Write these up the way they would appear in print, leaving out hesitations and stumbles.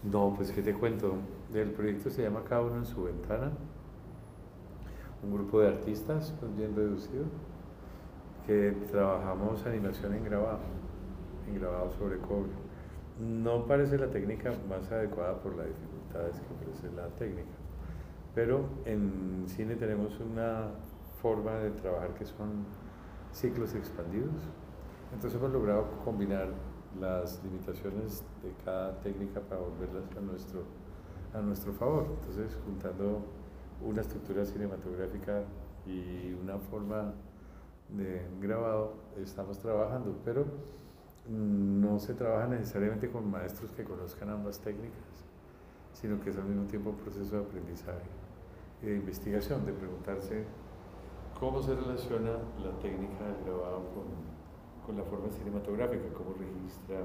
No, pues qué te cuento. El proyecto se llama Cada uno en su ventana, un grupo de artistas, pues bien reducido, que trabajamos animación en grabado sobre cobre. No parece la técnica más adecuada por las dificultades que ofrece la técnica, pero en cine tenemos una forma de trabajar que son ciclos expandidos. Entonces hemos logrado combinar las limitaciones de cada técnica para volverlas a nuestro favor. Entonces, juntando una estructura cinematográfica y una forma de grabado, estamos trabajando, pero no se trabaja necesariamente con maestros que conozcan ambas técnicas, sino que es al mismo tiempo un proceso de aprendizaje y de investigación, de preguntarse cómo se relaciona la técnica del grabado con la forma cinematográfica, cómo registra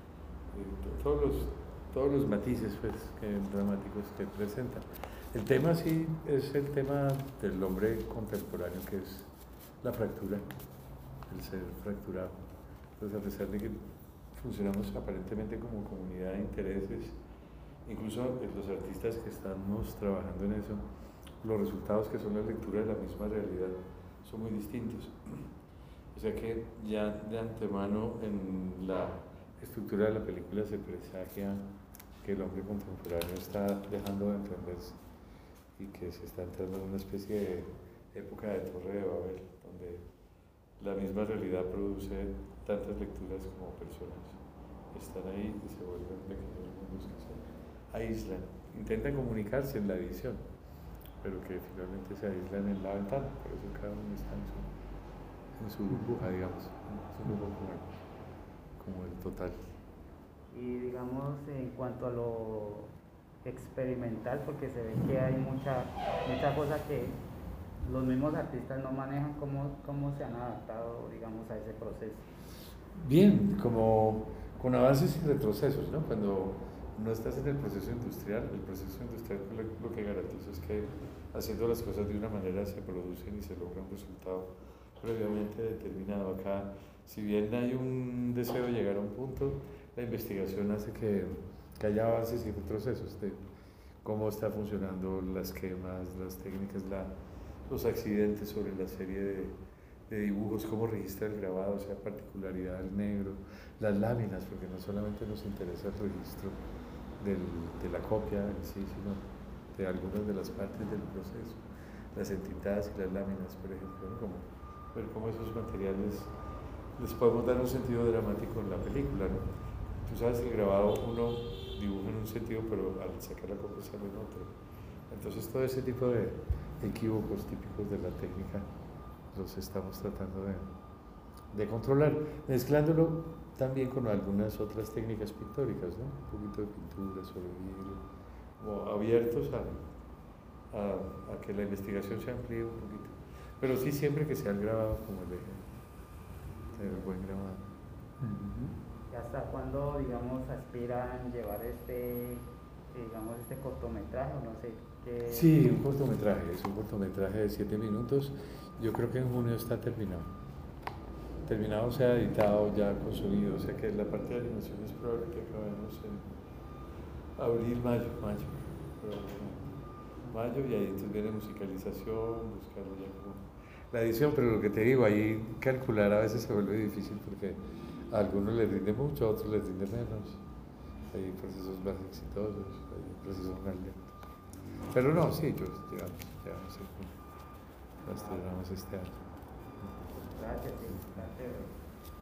todos los matices pues, dramáticos que presenta. El tema sí es el tema del hombre contemporáneo, que es la fractura, el ser fracturado. Entonces, a pesar de que funcionamos aparentemente como comunidad de intereses, incluso los artistas que estamos trabajando en eso, los resultados que son la lectura de la misma realidad son muy distintos. O sea que ya de antemano en la estructura de la película se presagia que el hombre contemporáneo está dejando de entenderse y que se está entrando en una especie de época de Torre de Babel, donde la misma realidad produce tantas lecturas como personas están ahí y se vuelven pequeños mundos que se aíslan, intentan comunicarse en la edición, pero que finalmente se aíslan en la ventana, por eso cada uno está en su burbuja, digamos, es un poco como el total. Y digamos, en cuanto a lo experimental, porque se ve que hay mucha cosa que los mismos artistas no manejan, cómo se han adaptado, digamos, a ese proceso. Bien, como con avances y retrocesos, ¿no? Cuando no estás en el proceso industrial lo que garantiza es que haciendo las cosas de una manera se producen y se logra un resultado previamente determinado. Acá, si bien hay un deseo de llegar a un punto, la investigación hace que haya avances y retrocesos de cómo está funcionando las quemas, las técnicas, los accidentes sobre la serie de dibujos, cómo registra el grabado, o sea, particularidad del negro, las láminas, porque no solamente nos interesa el registro de la copia en sí, sino de algunas de las partes del proceso, las entidades y las láminas, por ejemplo, ¿no? Como ver cómo esos materiales les podemos dar un sentido dramático en la película, ¿no? Tú sabes, el grabado uno dibuja en un sentido, pero al sacar la copia sale en otro. Entonces todo ese tipo de equívocos típicos de la técnica los estamos tratando de controlar, mezclándolo también con algunas otras técnicas pictóricas, ¿no? Un poquito de pintura sobre vidrio, como abiertos a que la investigación se amplíe un poquito. Pero sí siempre que sea el grabado como el buen grabado. ¿Y hasta cuándo, digamos, aspiran llevar digamos, este cortometraje o no sé qué? Sí, un cortometraje, es un cortometraje de 7 minutos. Yo creo que en junio está terminado. Terminado, o sea, editado, ya consumido. O sea que la parte de animación es probable que acabemos en abril, mayo, y ahí entonces viene musicalización, buscarlo ya como la edición, pero lo que te digo, ahí calcular a veces se vuelve difícil porque a algunos les rinde mucho, a otros les rinde menos. Hay procesos más exitosos, hay procesos más lentos. Pero no, sí, llegamos, nos estrenamos este año. Gracias, sí, gracias.